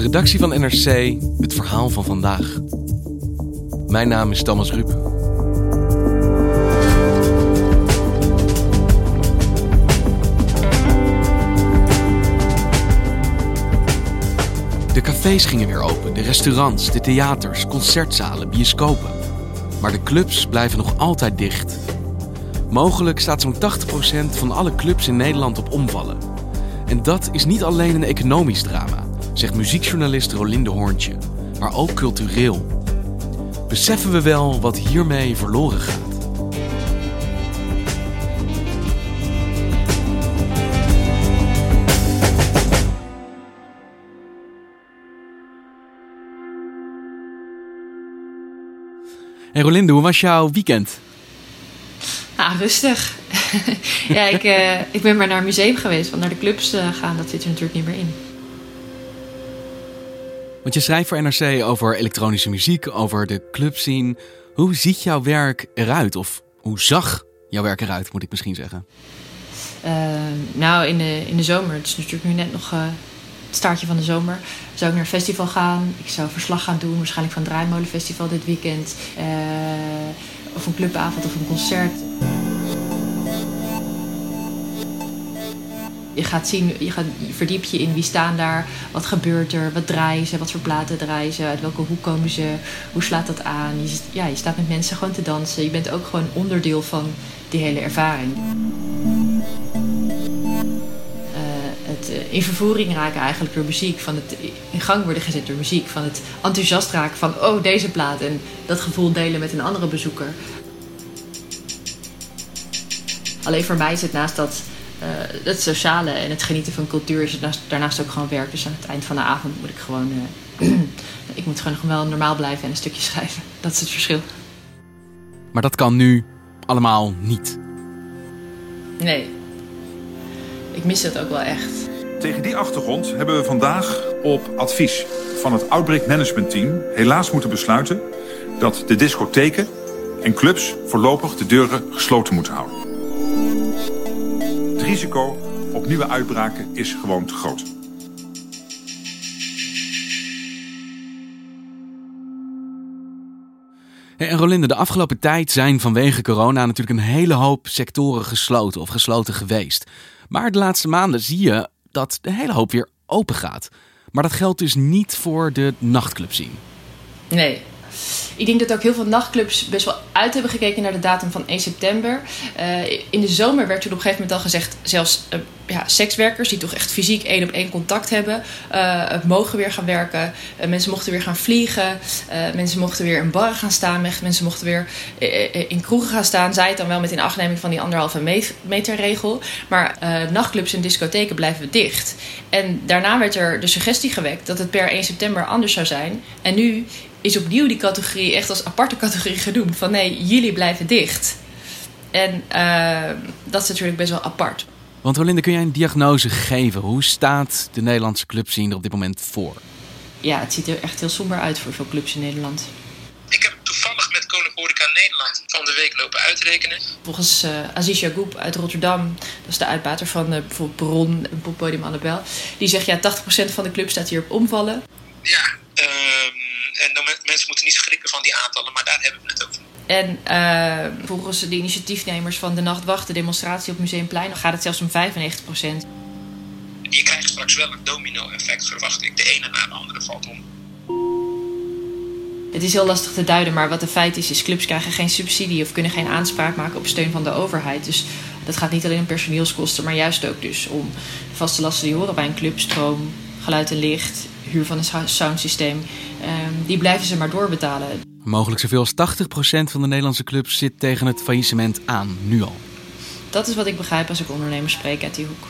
redactie van NRC, het verhaal van vandaag. Mijn naam is Thomas Ruip. De cafés gingen weer open, de restaurants, de theaters, concertzalen, bioscopen. Maar de clubs blijven nog altijd dicht. Mogelijk staat zo'n 80% van alle clubs in Nederland op omvallen. En dat is niet alleen een economisch drama, zegt muziekjournalist Rolinde Hoorntje, maar ook cultureel. Beseffen we wel wat hiermee verloren gaat? Hey Rolinde, hoe was jouw weekend? Rustig. Ja, ik ben maar naar een museum geweest. Want naar de clubs gaan, dat zit er natuurlijk niet meer in. Want je schrijft voor NRC over elektronische muziek, over de clubscene. Hoe ziet jouw werk eruit? Of hoe zag jouw werk eruit, moet ik misschien zeggen? In de zomer, het is natuurlijk nu net nog het staartje van de zomer, zou ik naar een festival gaan. Ik zou verslag gaan doen, waarschijnlijk van het Draaimolenfestival dit weekend. Of een clubavond of een concert. Je verdiep je in wie staan daar, wat gebeurt er, wat draaien ze, wat voor platen draaien ze, uit welke hoek komen ze, hoe slaat dat aan. Je staat met mensen gewoon te dansen. Je bent ook gewoon onderdeel van die hele ervaring. In vervoering raken eigenlijk door muziek, van het in gang worden gezet door muziek, van het enthousiast raken van deze plaat en dat gevoel delen met een andere bezoeker. Alleen voor mij is het naast dat het sociale en het genieten van cultuur is het daarnaast ook gewoon werk. Dus aan het eind van de avond moet ik gewoon ik moet gewoon wel normaal blijven en een stukje schrijven. Dat is het verschil. Maar dat kan nu allemaal niet. Nee. Ik mis het ook wel echt. Tegen die achtergrond hebben we vandaag op advies van het Outbreak Management Team helaas moeten besluiten dat de discotheken en clubs voorlopig de deuren gesloten moeten houden. Het risico op nieuwe uitbraken is gewoon te groot. En Rolinde, de afgelopen tijd zijn vanwege corona natuurlijk een hele hoop sectoren gesloten of gesloten geweest. Maar de laatste maanden zie je dat de hele hoop weer open gaat. Maar dat geldt dus niet voor de nachtclubscene. Nee. Ik denk dat ook heel veel nachtclubs best wel uit hebben gekeken naar de datum van 1 september. In de zomer werd toen op een gegeven moment al gezegd, zelfs sekswerkers die toch echt fysiek 1-op-1 contact hebben, mogen weer gaan werken. Mensen mochten weer gaan vliegen. Mensen mochten weer in barren gaan staan. Mensen mochten weer in kroegen gaan staan. Zij het dan wel met inachtneming van die 1,5 meter regel. Maar nachtclubs en discotheken blijven dicht. En daarna werd er de suggestie gewekt dat het per 1 september anders zou zijn. En nu is opnieuw die categorie echt als aparte categorie genoemd. Van nee, jullie blijven dicht. En dat is natuurlijk best wel apart. Want Rolinde, kun jij een diagnose geven? Hoe staat de Nederlandse clubscene er op dit moment voor? Ja, het ziet er echt heel somber uit voor veel clubs in Nederland. Ik heb toevallig met Koninklijke Horeca Nederland van de week lopen uitrekenen. Volgens Aziz Yagoub uit Rotterdam, dat is de uitbater van bijvoorbeeld Perron en Poppodium Annabel, die zegt 80% van de clubs staat hier op omvallen. Ja, en mensen moeten niet schrikken van die aantallen, maar daar hebben we het over. En volgens de initiatiefnemers van de Nachtwacht, de demonstratie op Museumplein, dan gaat het zelfs om 95%. Je krijgt straks wel een domino-effect, verwacht ik. De ene na de andere valt om. Het is heel lastig te duiden, maar wat de feit is clubs krijgen geen subsidie of kunnen geen aanspraak maken op steun van de overheid. Dus dat gaat niet alleen om personeelskosten, maar juist ook dus om vaste lasten die horen bij een club, stroom, geluid en licht, huur van een soundsysteem. Die blijven ze maar doorbetalen. Mogelijk zoveel als 80% van de Nederlandse clubs zit tegen het faillissement aan, nu al. Dat is wat ik begrijp als ik ondernemers spreek uit die hoek.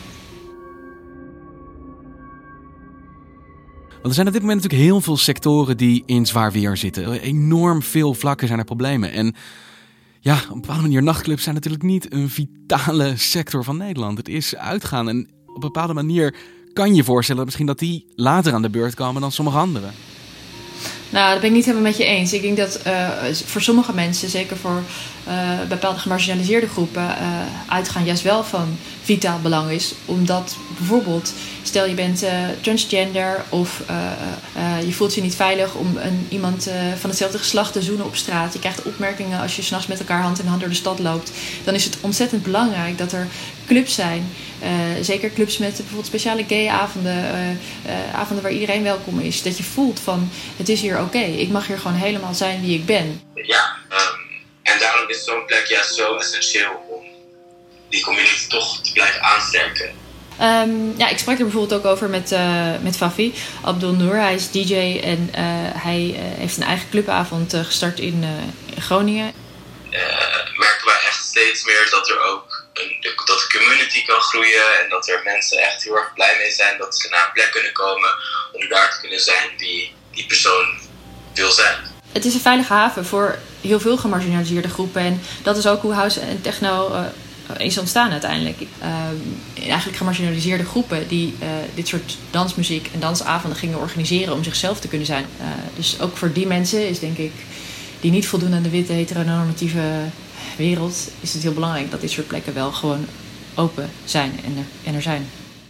Want er zijn op dit moment natuurlijk heel veel sectoren die in zwaar weer zitten. Enorm veel vlakken zijn er problemen. En ja, op een bepaalde manier, nachtclubs zijn natuurlijk niet een vitale sector van Nederland. Het is uitgaan en op een bepaalde manier kan je voorstellen misschien dat die later aan de beurt komen dan sommige anderen. Nou, dat ben ik niet helemaal met je eens. Ik denk dat voor sommige mensen, zeker voor bepaalde gemarginaliseerde groepen, uitgaan juist wel van vitaal belang is. Omdat bijvoorbeeld, stel je bent transgender of je voelt je niet veilig om iemand van hetzelfde geslacht te zoenen op straat. Je krijgt opmerkingen als je 's nachts met elkaar hand in hand door de stad loopt. Dan is het ontzettend belangrijk dat er clubs zijn. Zeker clubs met bijvoorbeeld speciale gay-avonden, avonden waar iedereen welkom is. Dat je voelt van, het is hier oké. Ik mag hier gewoon helemaal zijn wie ik ben. Ja, en daarom is zo'n plek juist zo essentieel om die community toch te blijven aansterken. Ik sprak er bijvoorbeeld ook over met Fafi Abdul-Noor. Hij is DJ en hij heeft een eigen clubavond gestart in Groningen. Merken wij echt steeds meer dat er ook dat de community kan groeien en dat er mensen echt heel erg blij mee zijn dat ze naar een plek kunnen komen om daar te kunnen zijn wie die persoon wil zijn. Het is een veilige haven voor heel veel gemarginaliseerde groepen en dat is ook hoe house en techno is ontstaan uiteindelijk. Eigenlijk gemarginaliseerde groepen die dit soort dansmuziek en dansavonden gingen organiseren om zichzelf te kunnen zijn. Dus ook voor die mensen is denk ik, die niet voldoen aan de witte heteronormatieve wereld, is het heel belangrijk dat dit soort plekken wel gewoon open zijn en er zijn.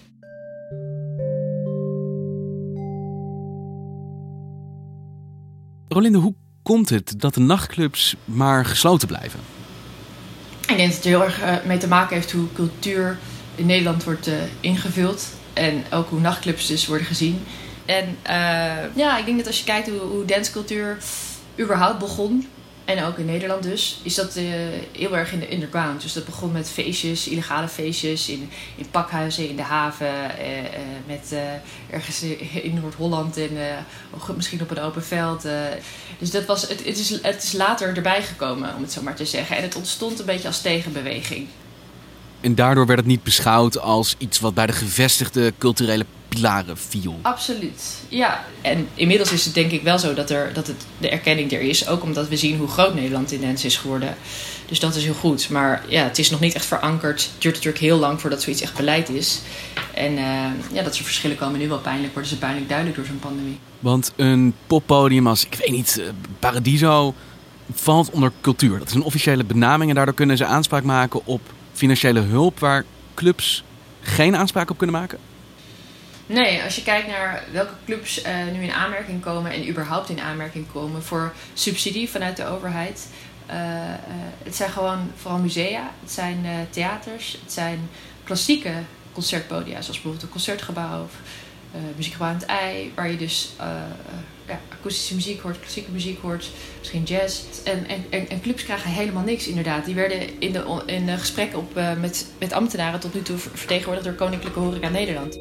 Rolinde, hoe komt het dat de nachtclubs maar gesloten blijven? Ik denk dat het er heel erg mee te maken heeft hoe cultuur in Nederland wordt ingevuld. En ook hoe nachtclubs dus worden gezien. En ik denk dat als je kijkt hoe dancecultuur überhaupt begon, en ook in Nederland dus, is dat heel erg in de underground. Dus dat begon met feestjes, illegale feestjes in pakhuizen, in de haven, ergens in Noord-Holland en misschien op een open veld. Dus dat was, het is later erbij gekomen, om het zo maar te zeggen. En het ontstond een beetje als tegenbeweging. En daardoor werd het niet beschouwd als iets wat bij de gevestigde culturele pilaren viel. Absoluut, ja. En inmiddels is het denk ik wel zo dat de erkenning er is. Ook omdat we zien hoe groot Nederland in dance is geworden. Dus dat is heel goed. Maar ja, het is nog niet echt verankerd. Het duurt natuurlijk heel lang voordat zoiets echt beleid is. En dat soort verschillen komen nu wel pijnlijk. Worden ze pijnlijk duidelijk door zo'n pandemie. Want een poppodium als, ik weet niet, Paradiso valt onder cultuur. Dat is een officiële benaming en daardoor kunnen ze aanspraak maken op financiële hulp waar clubs geen aanspraak op kunnen maken? Nee, als je kijkt naar welke clubs nu in aanmerking komen en überhaupt in aanmerking komen voor subsidie vanuit de overheid. Het zijn gewoon vooral musea, het zijn theaters, het zijn klassieke concertpodia, zoals bijvoorbeeld een concertgebouw of muziekgebouw aan het IJ, waar je dus akoestische muziek hoort, klassieke muziek hoort, misschien jazz. En clubs krijgen helemaal niks inderdaad. Die werden in de gesprekken met ambtenaren tot nu toe vertegenwoordigd door Koninklijke Horeca Nederland.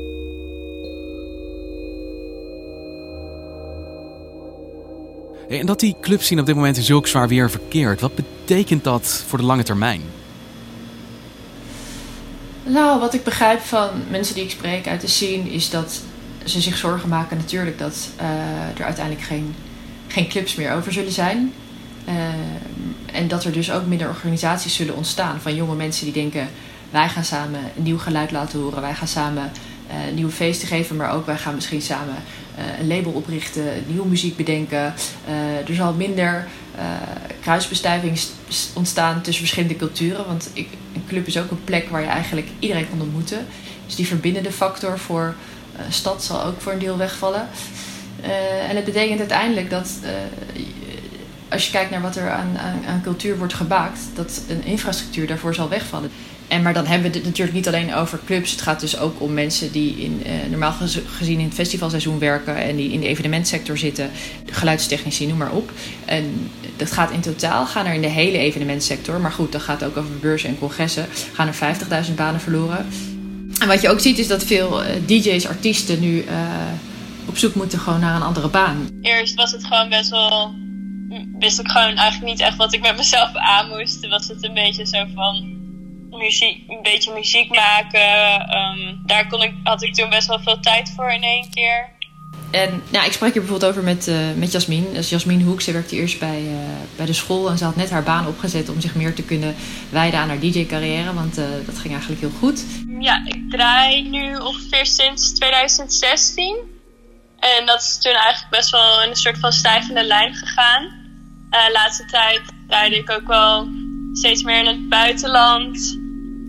En dat die clubscene op dit moment in zulk zwaar weer verkeert, wat betekent dat voor de lange termijn? Nou, wat ik begrijp van mensen die ik spreek uit de scene is dat ze zich zorgen maken natuurlijk dat er uiteindelijk geen clubs meer over zullen zijn. En dat er dus ook minder organisaties zullen ontstaan van jonge mensen die denken, wij gaan samen een nieuw geluid laten horen, wij gaan samen nieuwe feesten geven, maar ook wij gaan misschien samen een label oprichten, nieuwe muziek bedenken. Er zal minder kruisbestuiving ontstaan tussen verschillende culturen, want een club is ook een plek waar je eigenlijk iedereen kan ontmoeten. Dus die verbindende factor voor een stad zal ook voor een deel wegvallen. En het betekent uiteindelijk dat als je kijkt naar wat er aan cultuur wordt gemaakt, dat een infrastructuur daarvoor zal wegvallen. Maar dan hebben we het natuurlijk niet alleen over clubs. Het gaat dus ook om mensen die normaal gezien in het festivalseizoen werken en die in de evenementsector zitten, geluidstechnici, noem maar op. En dat gaat in totaal, gaan er in de hele evenementsector, maar goed, dat gaat ook over beurzen en congressen, gaan er 50.000 banen verloren. En wat je ook ziet is dat veel DJ's, artiesten nu op zoek moeten gewoon naar een andere baan. Eerst was het gewoon wist ik gewoon eigenlijk niet echt wat ik met mezelf aan moest. Was het een beetje zo van een beetje muziek maken. Daar had ik toen best wel veel tijd voor in één keer. En ik sprak hier bijvoorbeeld over met Jasmin. Dat is Jasmin Hoek. Ze werkte eerst bij de school en ze had net haar baan opgezet om zich meer te kunnen wijden aan haar DJ-carrière. Want dat ging eigenlijk heel goed. Ja, ik draai nu ongeveer sinds 2016. En dat is toen eigenlijk best wel in een soort van stijgende lijn gegaan. De laatste tijd rijd ik ook wel steeds meer in het buitenland.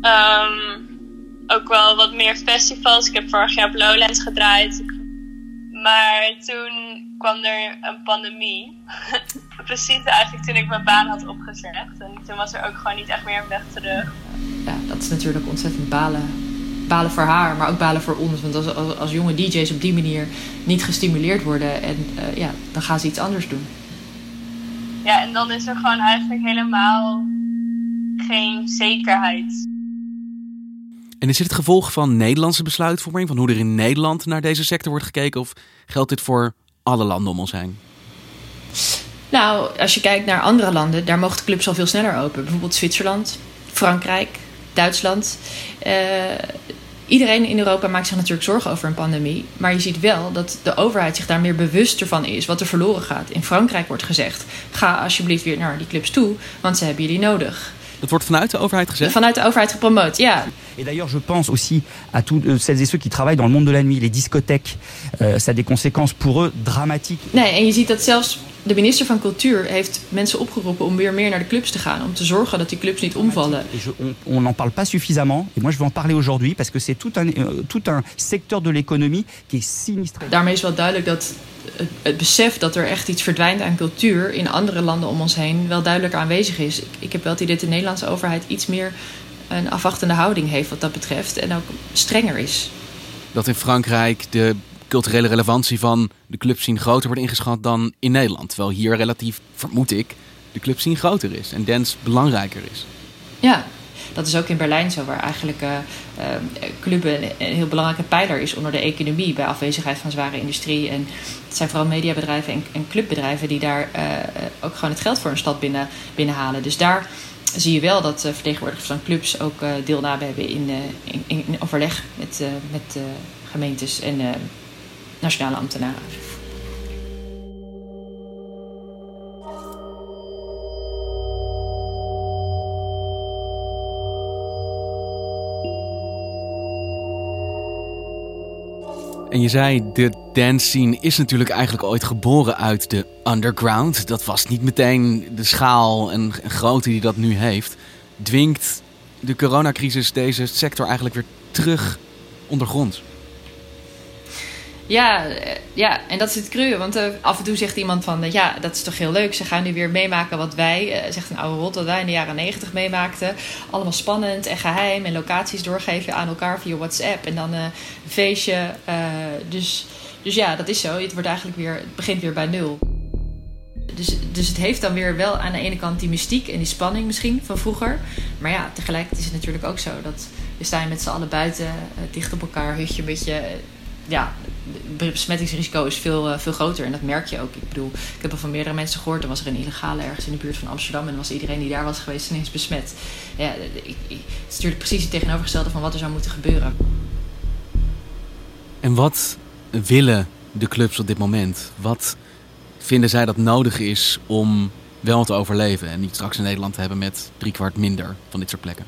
Ook wel wat meer festivals. Ik heb vorig jaar op Lowlands gedraaid. Maar toen kwam er een pandemie. Precies eigenlijk toen ik mijn baan had opgezegd. En toen was er ook gewoon niet echt meer een weg terug. Ja, dat is natuurlijk ontzettend balen voor haar, maar ook balen voor ons. Want als jonge DJ's op die manier niet gestimuleerd worden, en dan gaan ze iets anders doen. Ja, en dan is er gewoon eigenlijk helemaal geen zekerheid. En is dit het gevolg van Nederlandse besluitvorming? Van hoe er in Nederland naar deze sector wordt gekeken? Of geldt dit voor alle landen om ons heen? Nou, als je kijkt naar andere landen, daar mogen de clubs al veel sneller open. Bijvoorbeeld Zwitserland, Frankrijk, Duitsland. Iedereen in Europa maakt zich natuurlijk zorgen over een pandemie. Maar je ziet wel dat de overheid zich daar meer bewust van is wat er verloren gaat. In Frankrijk wordt gezegd, ga alsjeblieft weer naar die clubs toe, want ze hebben jullie nodig. Dat wordt vanuit de overheid gezegd? Vanuit de overheid gepromoot, ja. Et d'ailleurs, je pense aussi à tous celles et ceux qui travaillent dans le monde de la nuit, les discothèques. Ça a des conséquences pour eux dramatiques. Nee, en je ziet dat zelfs de minister van Cultuur heeft mensen opgeroepen om weer meer naar de clubs te gaan. Om te zorgen dat die clubs niet omvallen. On n'en parle pas suffisamment. Et moi, je veux en parler aujourd'hui parce que c'est tout un secteur de l'économie qui est sinistré. Daarmee is wel duidelijk dat het besef dat er echt iets verdwijnt aan cultuur in andere landen om ons heen wel duidelijk aanwezig is. Ik heb wel het idee dat de Nederlandse overheid iets meer een afwachtende houding heeft wat dat betreft en ook strenger is. Dat in Frankrijk de culturele relevantie van de clubscene groter wordt ingeschat dan in Nederland. Terwijl hier relatief, vermoed ik, de clubscene groter is en dance belangrijker is. Ja, dat is ook in Berlijn zo, waar eigenlijk clubben een heel belangrijke pijler is onder de economie bij afwezigheid van zware industrie. En het zijn vooral mediabedrijven en clubbedrijven die daar ook gewoon het geld voor een stad binnenhalen. Dus daar zie je wel dat vertegenwoordigers van clubs ook deelname hebben in overleg met gemeentes en nationale ambtenaren. En je zei, de dance scene is natuurlijk eigenlijk ooit geboren uit de underground. Dat was niet meteen de schaal en grootte die dat nu heeft. Dwingt de coronacrisis deze sector eigenlijk weer terug ondergronds? Ja, en dat is het creux. Want af en toe zegt iemand van, dat is toch heel leuk. Ze gaan nu weer meemaken wat wij, zegt een oude rot, wat wij in de jaren 90 meemaakten. Allemaal spannend en geheim en locaties doorgeven aan elkaar via WhatsApp. En dan een feestje. Dus ja, dat is zo. Het begint weer bij nul. Dus het heeft dan weer wel aan de ene kant die mystiek en die spanning misschien van vroeger. Maar ja, tegelijkertijd is het natuurlijk ook zo dat we staan met z'n allen buiten, dicht op elkaar, hutje een beetje. Ja, het besmettingsrisico is veel groter en dat merk je ook. Ik bedoel, ik heb al van meerdere mensen gehoord. Er was er een illegale ergens in de buurt van Amsterdam en dan was iedereen die daar was geweest ineens besmet. Ja, het is natuurlijk precies het tegenovergestelde van wat er zou moeten gebeuren. En wat willen de clubs op dit moment? Wat vinden zij dat nodig is om wel te overleven en niet straks in Nederland te hebben met 3/4 minder van dit soort plekken?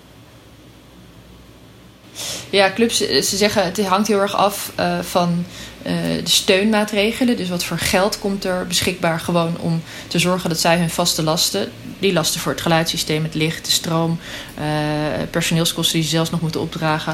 Ja, clubs, ze zeggen het hangt heel erg af van de steunmaatregelen. Dus wat voor geld komt er beschikbaar gewoon om te zorgen dat zij hun vaste lasten, die lasten voor het geluidssysteem, het licht, de stroom, personeelskosten die ze zelfs nog moeten opdragen,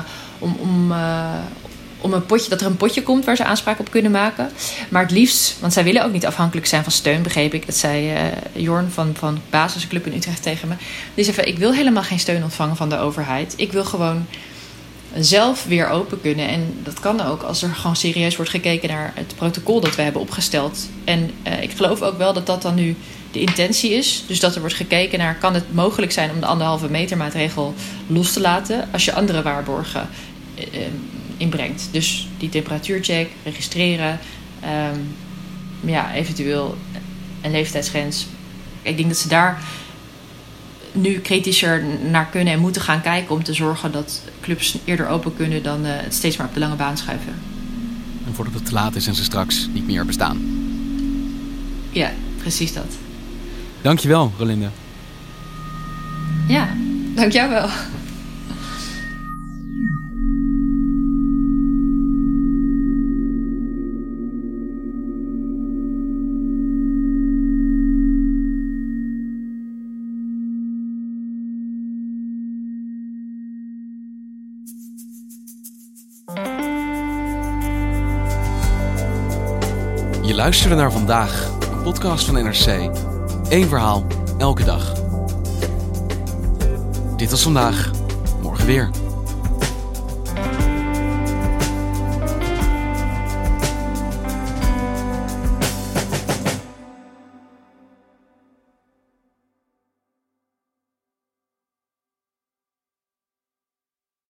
om een potje, dat er een potje komt waar ze aanspraak op kunnen maken. Maar het liefst, want zij willen ook niet afhankelijk zijn van steun, begreep ik. Dat zei Jorn van Basisclub in Utrecht tegen me. Die zei van, ik wil helemaal geen steun ontvangen van de overheid. Ik wil gewoon zelf weer open kunnen. En dat kan ook als er gewoon serieus wordt gekeken naar het protocol dat we hebben opgesteld. En ik geloof ook wel dat dat dan nu de intentie is. Dus dat er wordt gekeken naar, kan het mogelijk zijn om de 1,5 meter maatregel los te laten als je andere waarborgen inbrengt. Dus die temperatuurcheck, registreren, eventueel een leeftijdsgrens. Ik denk dat ze daar nu kritischer naar kunnen en moeten gaan kijken om te zorgen dat clubs eerder open kunnen dan het steeds maar op de lange baan schuiven. En voordat het te laat is en ze straks niet meer bestaan. Ja, precies dat. Dankjewel, Rolinde. Ja, dank jou wel. Je luisterde naar Vandaag, een podcast van NRC. Eén verhaal, elke dag. Dit was Vandaag, morgen weer.